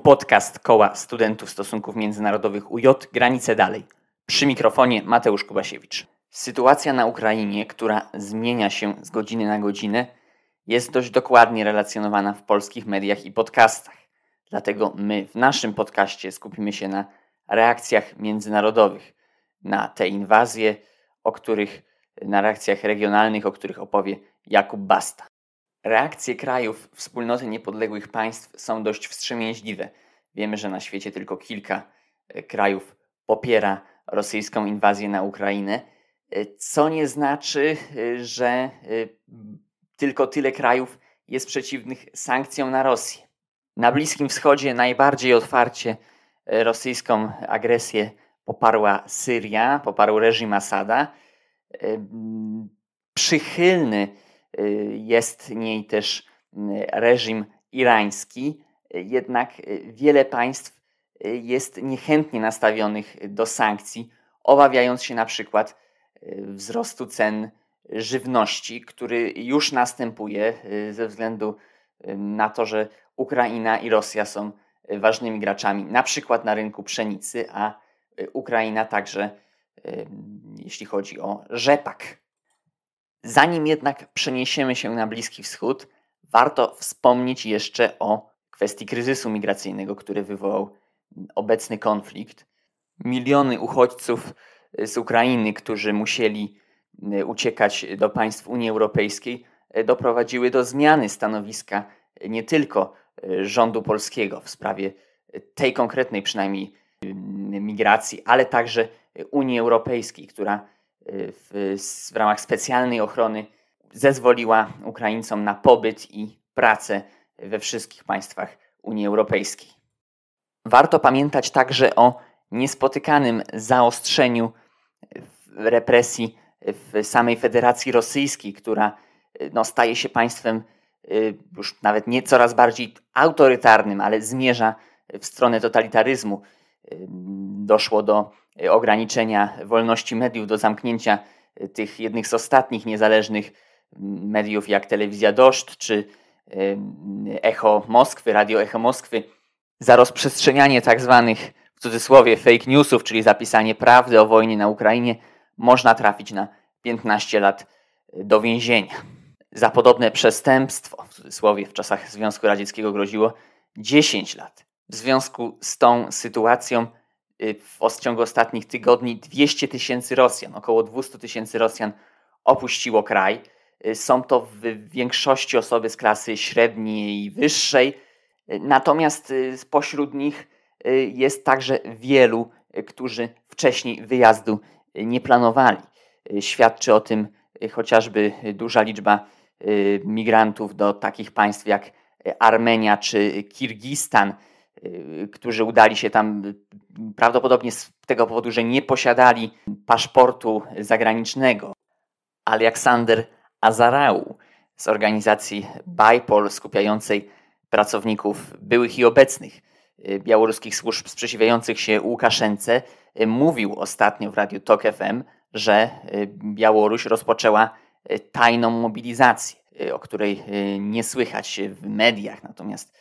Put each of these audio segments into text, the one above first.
Podcast Koła Studentów Stosunków Międzynarodowych UJ Granice Dalej. Przy mikrofonie Mateusz Kubasiewicz. Sytuacja na Ukrainie, która zmienia się z godziny na godzinę, jest dość dokładnie relacjonowana w polskich mediach i podcastach. Dlatego my w naszym podcaście skupimy się na reakcjach międzynarodowych, na te inwazje, na reakcjach regionalnych, o których opowie Jakub Basta. Reakcje krajów Wspólnoty Niepodległych Państw są dość wstrzemięźliwe. Wiemy, że na świecie tylko kilka krajów popiera rosyjską inwazję na Ukrainę, co nie znaczy, że tylko tyle krajów jest przeciwnych sankcjom na Rosję. Na Bliskim Wschodzie najbardziej otwarcie rosyjską agresję poparła Syria, poparł reżim Asada. Przychylny jest niej też reżim irański, jednak wiele państw jest niechętnie nastawionych do sankcji, obawiając się na przykład wzrostu cen żywności, który już następuje ze względu na to, że Ukraina i Rosja są ważnymi graczami, na przykład na rynku pszenicy, a Ukraina także, jeśli chodzi o rzepak. Zanim jednak przeniesiemy się na Bliski Wschód, warto wspomnieć jeszcze o kwestii kryzysu migracyjnego, który wywołał obecny konflikt. Miliony uchodźców z Ukrainy, którzy musieli uciekać do państw Unii Europejskiej, doprowadziły do zmiany stanowiska nie tylko rządu polskiego w sprawie tej konkretnej przynajmniej migracji, ale także Unii Europejskiej, która w ramach specjalnej ochrony zezwoliła Ukraińcom na pobyt i pracę we wszystkich państwach Unii Europejskiej. Warto pamiętać także o niespotykanym zaostrzeniu represji w samej Federacji Rosyjskiej, która staje się państwem już nawet nie coraz bardziej autorytarnym, ale zmierza w stronę totalitaryzmu. Doszło do ograniczenia wolności mediów, do zamknięcia tych jednych z ostatnich niezależnych mediów jak Telewizja Doszcz czy Echo Moskwy, Radio Echo Moskwy, za rozprzestrzenianie tak zwanych w cudzysłowie fake newsów, czyli zapisanie prawdy o wojnie na Ukrainie, można trafić na 15 lat do więzienia. Za podobne przestępstwo, w cudzysłowie w czasach Związku Radzieckiego groziło 10 lat. W związku z tą sytuacją w ciągu ostatnich tygodni 200 000 Rosjan, około 200 000 Rosjan opuściło kraj. Są to w większości osoby z klasy średniej i wyższej, natomiast spośród nich jest także wielu, którzy wcześniej wyjazdu nie planowali. Świadczy o tym chociażby duża liczba migrantów do takich państw jak Armenia czy Kirgistan, którzy udali się tam prawdopodobnie z tego powodu, że nie posiadali paszportu zagranicznego. Aleksander Azarau z organizacji BIPOL, skupiającej pracowników byłych i obecnych białoruskich służb sprzeciwiających się Łukaszence, mówił ostatnio w Radiu Tok FM, że Białoruś rozpoczęła tajną mobilizację, o której nie słychać w mediach, natomiast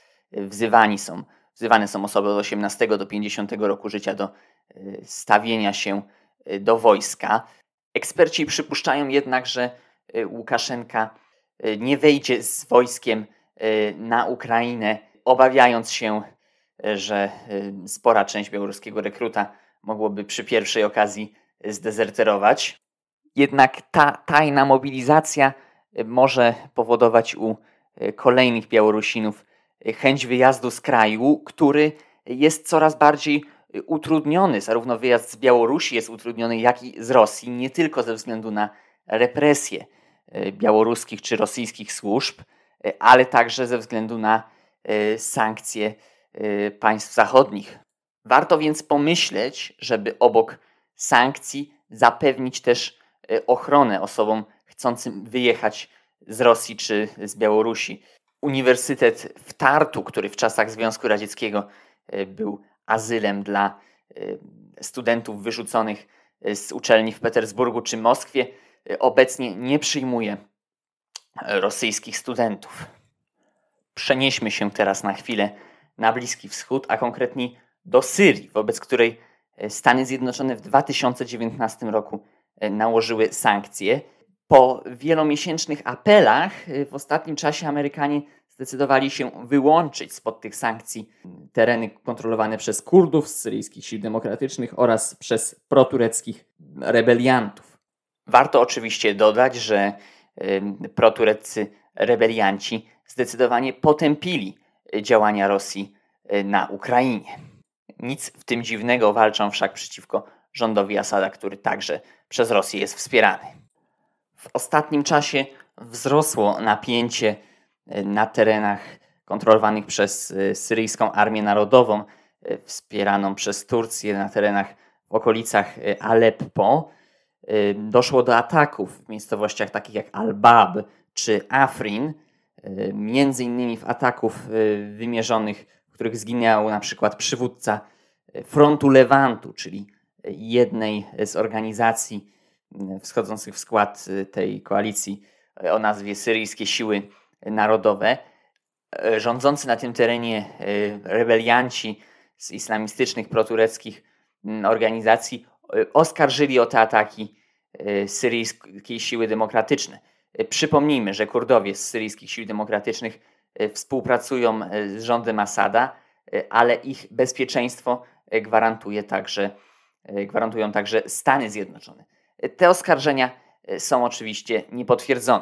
wzywane są osoby od 18 do 50 roku życia do stawienia się do wojska. Eksperci przypuszczają jednak, że Łukaszenka nie wejdzie z wojskiem na Ukrainę, obawiając się, że spora część białoruskiego rekruta mogłoby przy pierwszej okazji zdezerterować. Jednak ta tajna mobilizacja może powodować u kolejnych Białorusinów chęć wyjazdu z kraju, który jest coraz bardziej utrudniony. Zarówno wyjazd z Białorusi jest utrudniony, jak i z Rosji, nie tylko ze względu na represje białoruskich czy rosyjskich służb, ale także ze względu na sankcje państw zachodnich. Warto więc pomyśleć, żeby obok sankcji zapewnić też ochronę osobom chcącym wyjechać z Rosji czy z Białorusi. Uniwersytet w Tartu, który w czasach Związku Radzieckiego był azylem dla studentów wyrzuconych z uczelni w Petersburgu czy Moskwie, obecnie nie przyjmuje rosyjskich studentów. Przenieśmy się teraz na chwilę na Bliski Wschód, a konkretniej do Syrii, wobec której Stany Zjednoczone w 2019 roku nałożyły sankcje. Po wielomiesięcznych apelach w ostatnim czasie Amerykanie zdecydowali się wyłączyć spod tych sankcji tereny kontrolowane przez Kurdów z syryjskich sił demokratycznych oraz przez protureckich rebeliantów. Warto oczywiście dodać, że protureccy rebelianci zdecydowanie potępili działania Rosji na Ukrainie. Nic w tym dziwnego, walczą wszak przeciwko rządowi Asada, który także przez Rosję jest wspierany. W ostatnim czasie wzrosło napięcie na terenach kontrolowanych przez syryjską Armię Narodową, wspieraną przez Turcję, na terenach w okolicach Aleppo. Doszło do ataków w miejscowościach takich jak Al-Bab czy Afrin, między innymi w ataków wymierzonych, w których zginął na przykład przywódca Frontu Lewantu, czyli jednej z organizacji wschodzących w skład tej koalicji o nazwie Syryjskie Siły Narodowe. Rządzący na tym terenie rebelianci z islamistycznych, protureckich organizacji oskarżyli o te ataki Syryjskie Siły Demokratyczne. Przypomnijmy, że Kurdowie z Syryjskich Sił Demokratycznych współpracują z rządem Asada, ale ich bezpieczeństwo gwarantują także Stany Zjednoczone. Te oskarżenia są oczywiście niepotwierdzone.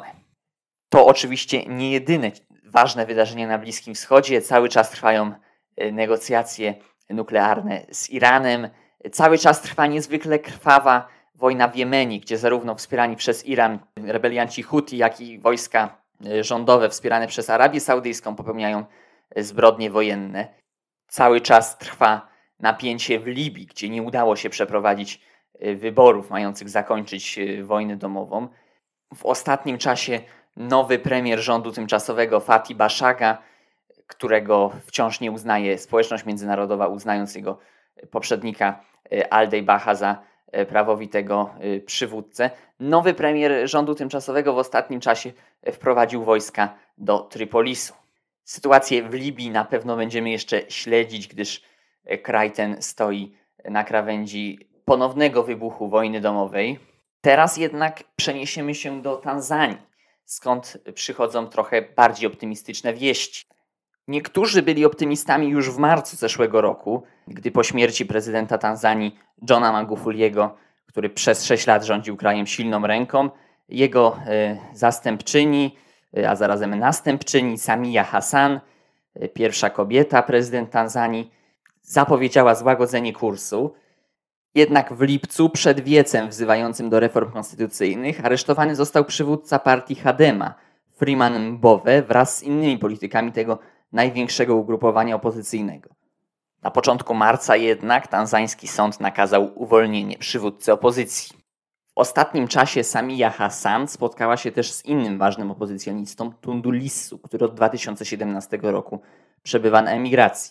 To oczywiście nie jedyne ważne wydarzenie na Bliskim Wschodzie. Cały czas trwają negocjacje nuklearne z Iranem. Cały czas trwa niezwykle krwawa wojna w Jemenie, gdzie zarówno wspierani przez Iran rebelianci Huti, jak i wojska rządowe wspierane przez Arabię Saudyjską popełniają zbrodnie wojenne. Cały czas trwa napięcie w Libii, gdzie nie udało się przeprowadzić wyborów mających zakończyć wojnę domową. W ostatnim czasie nowy premier rządu tymczasowego Fathi Bashaga, którego wciąż nie uznaje społeczność międzynarodowa, uznając jego poprzednika Al-Dejbaha za prawowitego przywódcę. Nowy premier rządu tymczasowego w ostatnim czasie wprowadził wojska do Trypolisu. Sytuację w Libii na pewno będziemy jeszcze śledzić, gdyż kraj ten stoi na krawędzi ponownego wybuchu wojny domowej. Teraz jednak przeniesiemy się do Tanzanii, skąd przychodzą trochę bardziej optymistyczne wieści. Niektórzy byli optymistami już w marcu zeszłego roku, gdy po śmierci prezydenta Tanzanii Johna Magufuliego, który przez 6 lat rządził krajem silną ręką, jego zastępczyni, a zarazem następczyni Samia Hassan, pierwsza kobieta prezydent Tanzanii, zapowiedziała złagodzenie kursu. Jednak w lipcu, przed wiecem wzywającym do reform konstytucyjnych, aresztowany został przywódca partii Chadema, Freeman Mbowe, wraz z innymi politykami tego największego ugrupowania opozycyjnego. Na początku marca jednak tanzański sąd nakazał uwolnienie przywódcy opozycji. W ostatnim czasie Samia Hassan spotkała się też z innym ważnym opozycjonistą, Tundu Lissu, który od 2017 roku przebywa na emigracji.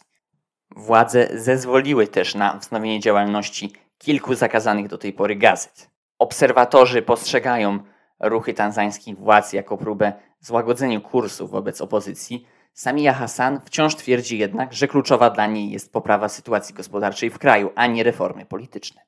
Władze zezwoliły też na wznowienie działalności kilku zakazanych do tej pory gazet. Obserwatorzy postrzegają ruchy tanzańskich władz jako próbę złagodzenia kursu wobec opozycji. Samia Hassan wciąż twierdzi jednak, że kluczowa dla niej jest poprawa sytuacji gospodarczej w kraju, a nie reformy polityczne.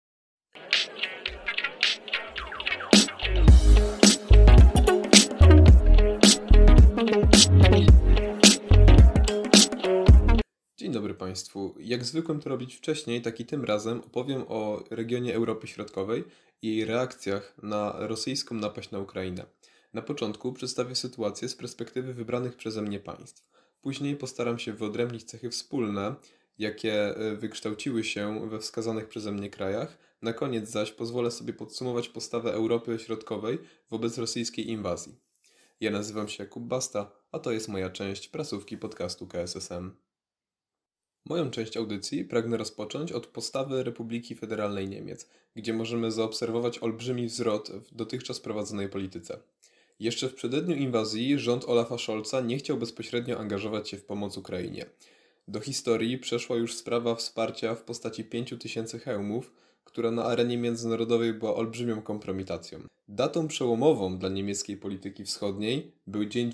Dzień dobry Państwu. Jak zwykłem to robić wcześniej, tak i tym razem opowiem o regionie Europy Środkowej i jej reakcjach na rosyjską napaść na Ukrainę. Na początku przedstawię sytuację z perspektywy wybranych przeze mnie państw. Później postaram się wyodrębnić cechy wspólne, jakie wykształciły się we wskazanych przeze mnie krajach. Na koniec zaś pozwolę sobie podsumować postawę Europy Środkowej wobec rosyjskiej inwazji. Ja nazywam się Jakub Basta, a to jest moja część prasówki podcastu KSSM. Moją część audycji pragnę rozpocząć od postawy Republiki Federalnej Niemiec, gdzie możemy zaobserwować olbrzymi wzrost w dotychczas prowadzonej polityce. Jeszcze w przededniu inwazji rząd Olafa Scholza nie chciał bezpośrednio angażować się w pomoc Ukrainie. Do historii przeszła już sprawa wsparcia w postaci 5000 hełmów, która na arenie międzynarodowej była olbrzymią kompromitacją. Datą przełomową dla niemieckiej polityki wschodniej był dzień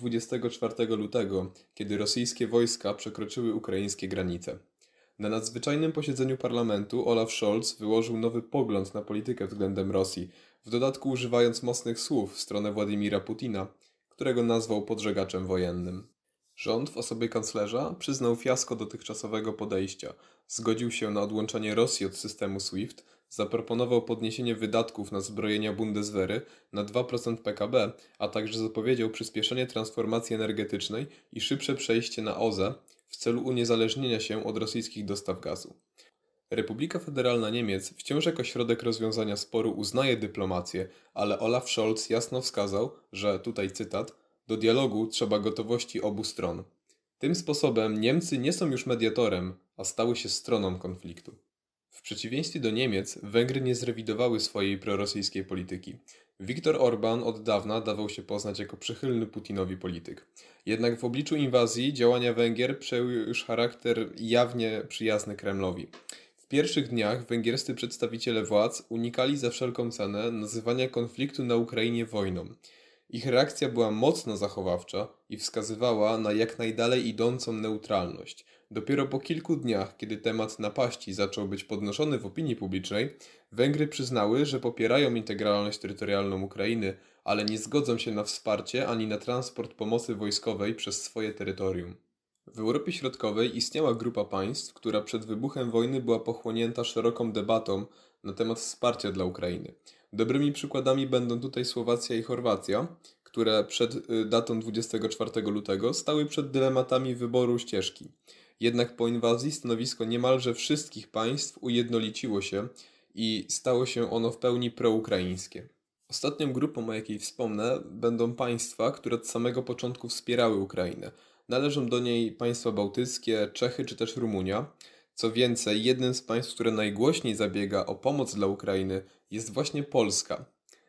24 lutego, kiedy rosyjskie wojska przekroczyły ukraińskie granice. Na nadzwyczajnym posiedzeniu parlamentu Olaf Scholz wyłożył nowy pogląd na politykę względem Rosji, w dodatku używając mocnych słów w stronę Władimira Putina, którego nazwał podżegaczem wojennym. Rząd w osobie kanclerza przyznał fiasko dotychczasowego podejścia, zgodził się na odłączenie Rosji od systemu SWIFT, zaproponował podniesienie wydatków na zbrojenia Bundeswehry na 2% PKB, a także zapowiedział przyspieszenie transformacji energetycznej i szybsze przejście na OZE w celu uniezależnienia się od rosyjskich dostaw gazu. Republika Federalna Niemiec wciąż jako środek rozwiązania sporu uznaje dyplomację, ale Olaf Scholz jasno wskazał, że, tutaj cytat, do dialogu trzeba gotowości obu stron. Tym sposobem Niemcy nie są już mediatorem, a stały się stroną konfliktu. W przeciwieństwie do Niemiec, Węgry nie zrewidowały swojej prorosyjskiej polityki. Viktor Orbán od dawna dawał się poznać jako przychylny Putinowi polityk. Jednak w obliczu inwazji działania Węgier przejęły już charakter jawnie przyjazny Kremlowi. W pierwszych dniach węgierscy przedstawiciele władz unikali za wszelką cenę nazywania konfliktu na Ukrainie wojną. Ich reakcja była mocno zachowawcza i wskazywała na jak najdalej idącą neutralność. Dopiero po kilku dniach, kiedy temat napaści zaczął być podnoszony w opinii publicznej, Węgry przyznały, że popierają integralność terytorialną Ukrainy, ale nie zgodzą się na wsparcie ani na transport pomocy wojskowej przez swoje terytorium. W Europie Środkowej istniała grupa państw, która przed wybuchem wojny była pochłonięta szeroką debatą na temat wsparcia dla Ukrainy. Dobrymi przykładami będą tutaj Słowacja i Chorwacja, które przed datą 24 lutego stały przed dylematami wyboru ścieżki. Jednak po inwazji stanowisko niemalże wszystkich państw ujednoliciło się i stało się ono w pełni proukraińskie. Ostatnią grupą, o jakiej wspomnę, będą państwa, które od samego początku wspierały Ukrainę. Należą do niej państwa bałtyckie, Czechy czy też Rumunia. Co więcej, jednym z państw, które najgłośniej zabiega o pomoc dla Ukrainy, jest właśnie Polska.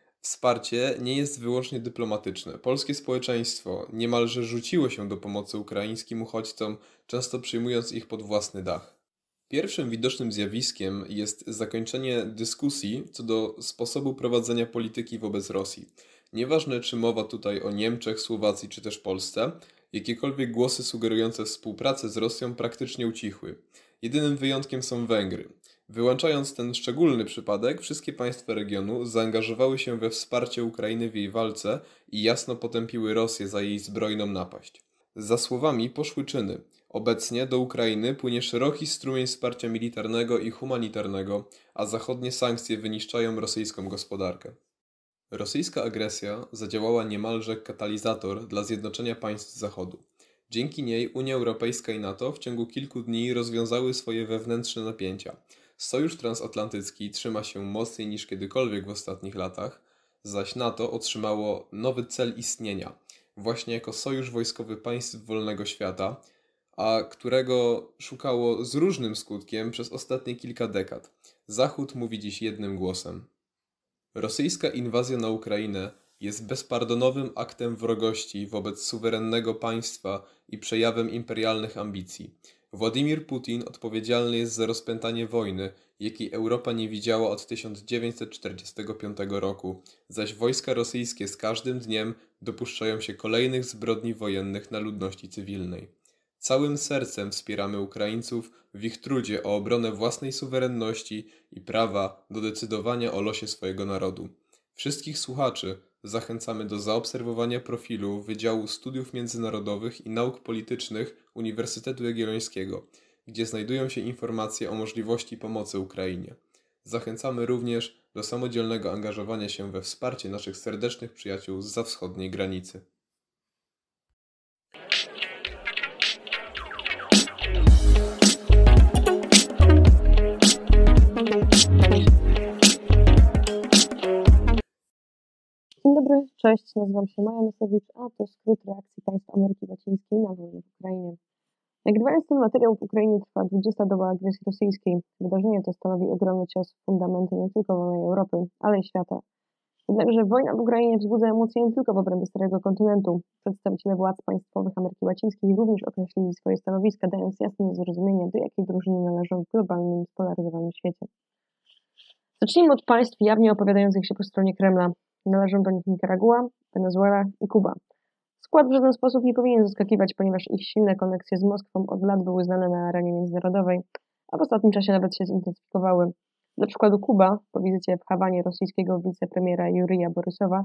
Wsparcie nie jest wyłącznie dyplomatyczne. Polskie społeczeństwo niemalże rzuciło się do pomocy ukraińskim uchodźcom, często przyjmując ich pod własny dach. Pierwszym widocznym zjawiskiem jest zakończenie dyskusji co do sposobu prowadzenia polityki wobec Rosji. Nieważne, czy mowa tutaj o Niemczech, Słowacji czy też Polsce, jakiekolwiek głosy sugerujące współpracę z Rosją praktycznie ucichły. Jedynym wyjątkiem są Węgry. Wyłączając ten szczególny przypadek, wszystkie państwa regionu zaangażowały się we wsparcie Ukrainy w jej walce i jasno potępiły Rosję za jej zbrojną napaść. Za słowami poszły czyny. Obecnie do Ukrainy płynie szeroki strumień wsparcia militarnego i humanitarnego, a zachodnie sankcje wyniszczają rosyjską gospodarkę. Rosyjska agresja zadziałała niemalże jak katalizator dla zjednoczenia państw Zachodu. Dzięki niej Unia Europejska i NATO w ciągu kilku dni rozwiązały swoje wewnętrzne napięcia. Sojusz transatlantycki trzyma się mocniej niż kiedykolwiek w ostatnich latach, zaś NATO otrzymało nowy cel istnienia, właśnie jako sojusz wojskowy państw wolnego świata, a którego szukało z różnym skutkiem przez ostatnie kilka dekad. Zachód mówi dziś jednym głosem. Rosyjska inwazja na Ukrainę jest bezpardonowym aktem wrogości wobec suwerennego państwa i przejawem imperialnych ambicji. Władimir Putin odpowiedzialny jest za rozpętanie wojny, jakiej Europa nie widziała od 1945 roku, zaś wojska rosyjskie z każdym dniem dopuszczają się kolejnych zbrodni wojennych na ludności cywilnej. Całym sercem wspieramy Ukraińców w ich trudzie o obronę własnej suwerenności i prawa do decydowania o losie swojego narodu. Wszystkich słuchaczy zachęcamy do zaobserwowania profilu Wydziału Studiów Międzynarodowych i Nauk Politycznych Uniwersytetu Jagiellońskiego, gdzie znajdują się informacje o możliwości pomocy Ukrainie. Zachęcamy również do samodzielnego angażowania się we wsparcie naszych serdecznych przyjaciół zza wschodniej granicy. Dzień dobry, cześć, nazywam się Maja Nosewicz, a to skrót reakcji państw Ameryki Łacińskiej na wojnę w Ukrainie. Nagrywając ten materiał, w Ukrainie trwa 20. doba agresji rosyjskiej. Wydarzenie to stanowi ogromny cios w fundamenty nie tylko wolnej Europy, ale i świata. Jednakże wojna w Ukrainie wzbudza emocje nie tylko w obrębie Starego Kontynentu. Przedstawiciele władz państwowych Ameryki Łacińskiej również określili swoje stanowiska, dając jasne zrozumienie, do jakiej drużyny należą w globalnym, spolaryzowanym świecie. Zacznijmy od państw jawnie opowiadających się po stronie Kremla. Należą do nich Nikaragua, Wenezuela i Kuba. Skład w żaden sposób nie powinien zaskakiwać, ponieważ ich silne koneksje z Moskwą od lat były znane na arenie międzynarodowej, a w ostatnim czasie nawet się zintensyfikowały. Dla przykładu Kuba, po wizycie w Hawanie rosyjskiego wicepremiera Jurija Borysowa,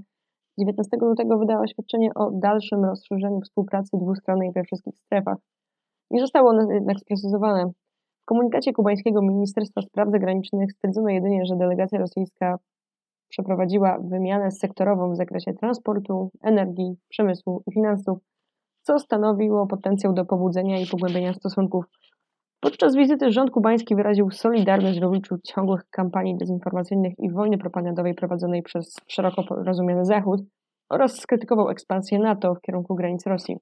19 lutego wydała oświadczenie o dalszym rozszerzeniu współpracy dwustronnej we wszystkich strefach. Nie zostało ono jednak sprecyzowane. W komunikacie kubańskiego Ministerstwa Spraw Zagranicznych stwierdzono jedynie, że delegacja rosyjska przeprowadziła wymianę sektorową w zakresie transportu, energii, przemysłu i finansów, co stanowiło potencjał do pobudzenia i pogłębienia stosunków. Podczas wizyty rząd kubański wyraził solidarność w obliczu ciągłych kampanii dezinformacyjnych i wojny propagandowej prowadzonej przez szeroko rozumiany Zachód oraz skrytykował ekspansję NATO w kierunku granic Rosji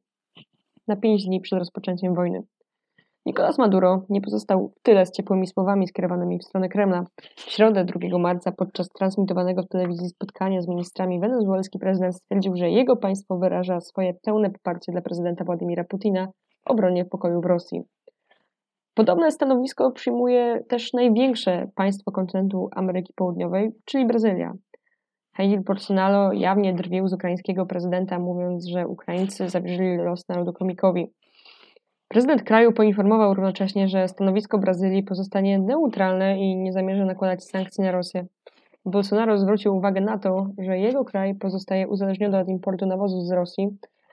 na 5 dni przed rozpoczęciem wojny. Nicolás Maduro nie pozostał w tyle z ciepłymi słowami skierowanymi w stronę Kremla. W środę 2 marca podczas transmitowanego w telewizji spotkania z ministrami wenezuelski prezydent stwierdził, że jego państwo wyraża swoje pełne poparcie dla prezydenta Władimira Putina w obronie pokoju w Rosji. Podobne stanowisko przyjmuje też największe państwo kontynentu Ameryki Południowej, czyli Brazylia. Jair Bolsonaro jawnie drwił z ukraińskiego prezydenta, mówiąc, że Ukraińcy zawierzyli los narodu chomikowi. Prezydent kraju poinformował równocześnie, że stanowisko Brazylii pozostanie neutralne i nie zamierza nakładać sankcji na Rosję. Bolsonaro zwrócił uwagę na to, że jego kraj pozostaje uzależniony od importu nawozów z Rosji,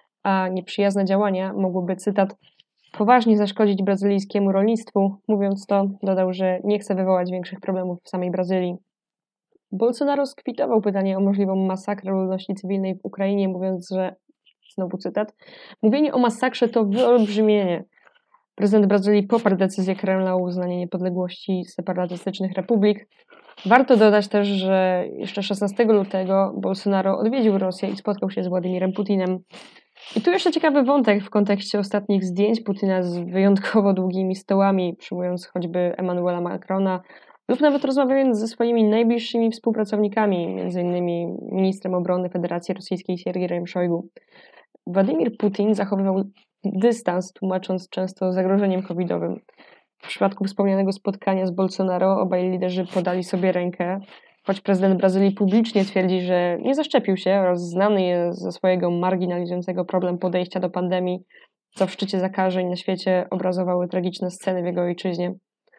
a nieprzyjazne działania mogłyby, cytat, poważnie zaszkodzić brazylijskiemu rolnictwu. Mówiąc to, dodał, że nie chce wywołać większych problemów w samej Brazylii. Bolsonaro skwitował pytanie o możliwą masakrę ludności cywilnej w Ukrainie, mówiąc, że, znowu cytat, mówienie o masakrze to wyolbrzymienie. Prezydent Brazylii poparł decyzję Kremla o uznanie niepodległości separatystycznych republik. Warto dodać też, że jeszcze 16 lutego Bolsonaro odwiedził Rosję i spotkał się z Władimirem Putinem. I tu jeszcze ciekawy wątek w kontekście ostatnich zdjęć Putina z wyjątkowo długimi stołami, przyjmując choćby Emmanuela Macrona, lub nawet rozmawiając ze swoimi najbliższymi współpracownikami, m.in. ministrem obrony Federacji Rosyjskiej Siergiejem Szojgu. Władimir Putin zachowywał dystans, tłumacząc często zagrożeniem covidowym. W przypadku wspomnianego spotkania z Bolsonaro obaj liderzy podali sobie rękę, choć prezydent Brazylii publicznie twierdzi, że nie zaszczepił się oraz znany jest ze swojego marginalizującego problem podejścia do pandemii, co w szczycie zakażeń na świecie obrazowały tragiczne sceny w jego ojczyźnie.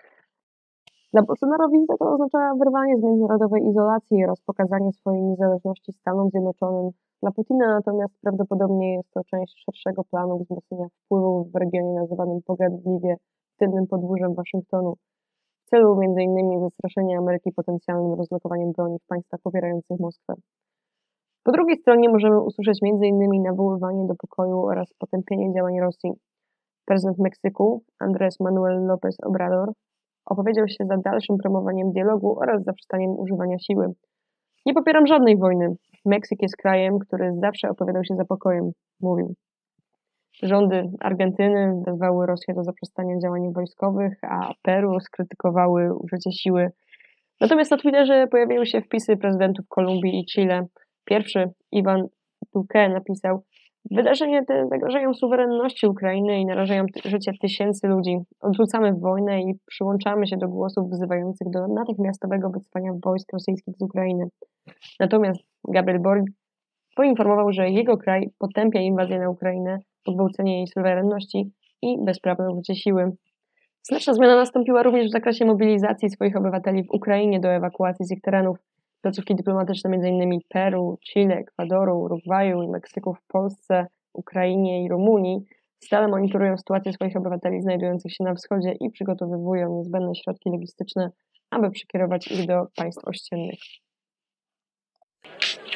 Dla Bolsonaro wizyta to oznacza wyrwanie z międzynarodowej izolacji oraz pokazanie swojej niezależności Stanom Zjednoczonym. Dla Putina natomiast prawdopodobnie jest to część szerszego planu wzmocnienia wpływów w regionie nazywanym pogardliwie tylnym podwórzem Waszyngtonu, w celu m.in. zastraszenia Ameryki potencjalnym rozlokowaniem broni w państwach popierających Moskwę. Po drugiej stronie możemy usłyszeć m.in. nawoływanie do pokoju oraz potępienie działań Rosji. Prezydent Meksyku, Andrés Manuel López Obrador, opowiedział się za dalszym promowaniem dialogu oraz zaprzestaniem używania siły. Nie popieram żadnej wojny. Meksyk jest krajem, który zawsze opowiadał się za pokojem, mówił. Rządy Argentyny wezwały Rosję do zaprzestania działań wojskowych, a Peru skrytykowały użycie siły. Natomiast na Twitterze pojawiły się wpisy prezydentów Kolumbii i Chile. Pierwszy, Ivan Duque, napisał: wydarzenia te zagrażają suwerenności Ukrainy i narażają życie tysięcy ludzi. Odrzucamy wojnę i przyłączamy się do głosów wzywających do natychmiastowego wycofania wojsk rosyjskich z Ukrainy. Natomiast Gabriel Boric poinformował, że jego kraj potępia inwazję na Ukrainę, pogwałcenie jej suwerenności i bezprawne użycie siły. Znaczna zmiana nastąpiła również w zakresie mobilizacji swoich obywateli w Ukrainie do ewakuacji z ich terenów. Placówki dyplomatyczne m.in. Peru, Chile, Ekwadoru, Urugwaju i Meksyku w Polsce, Ukrainie i Rumunii stale monitorują sytuację swoich obywateli znajdujących się na wschodzie i przygotowywują niezbędne środki logistyczne, aby przekierować ich do państw ościennych.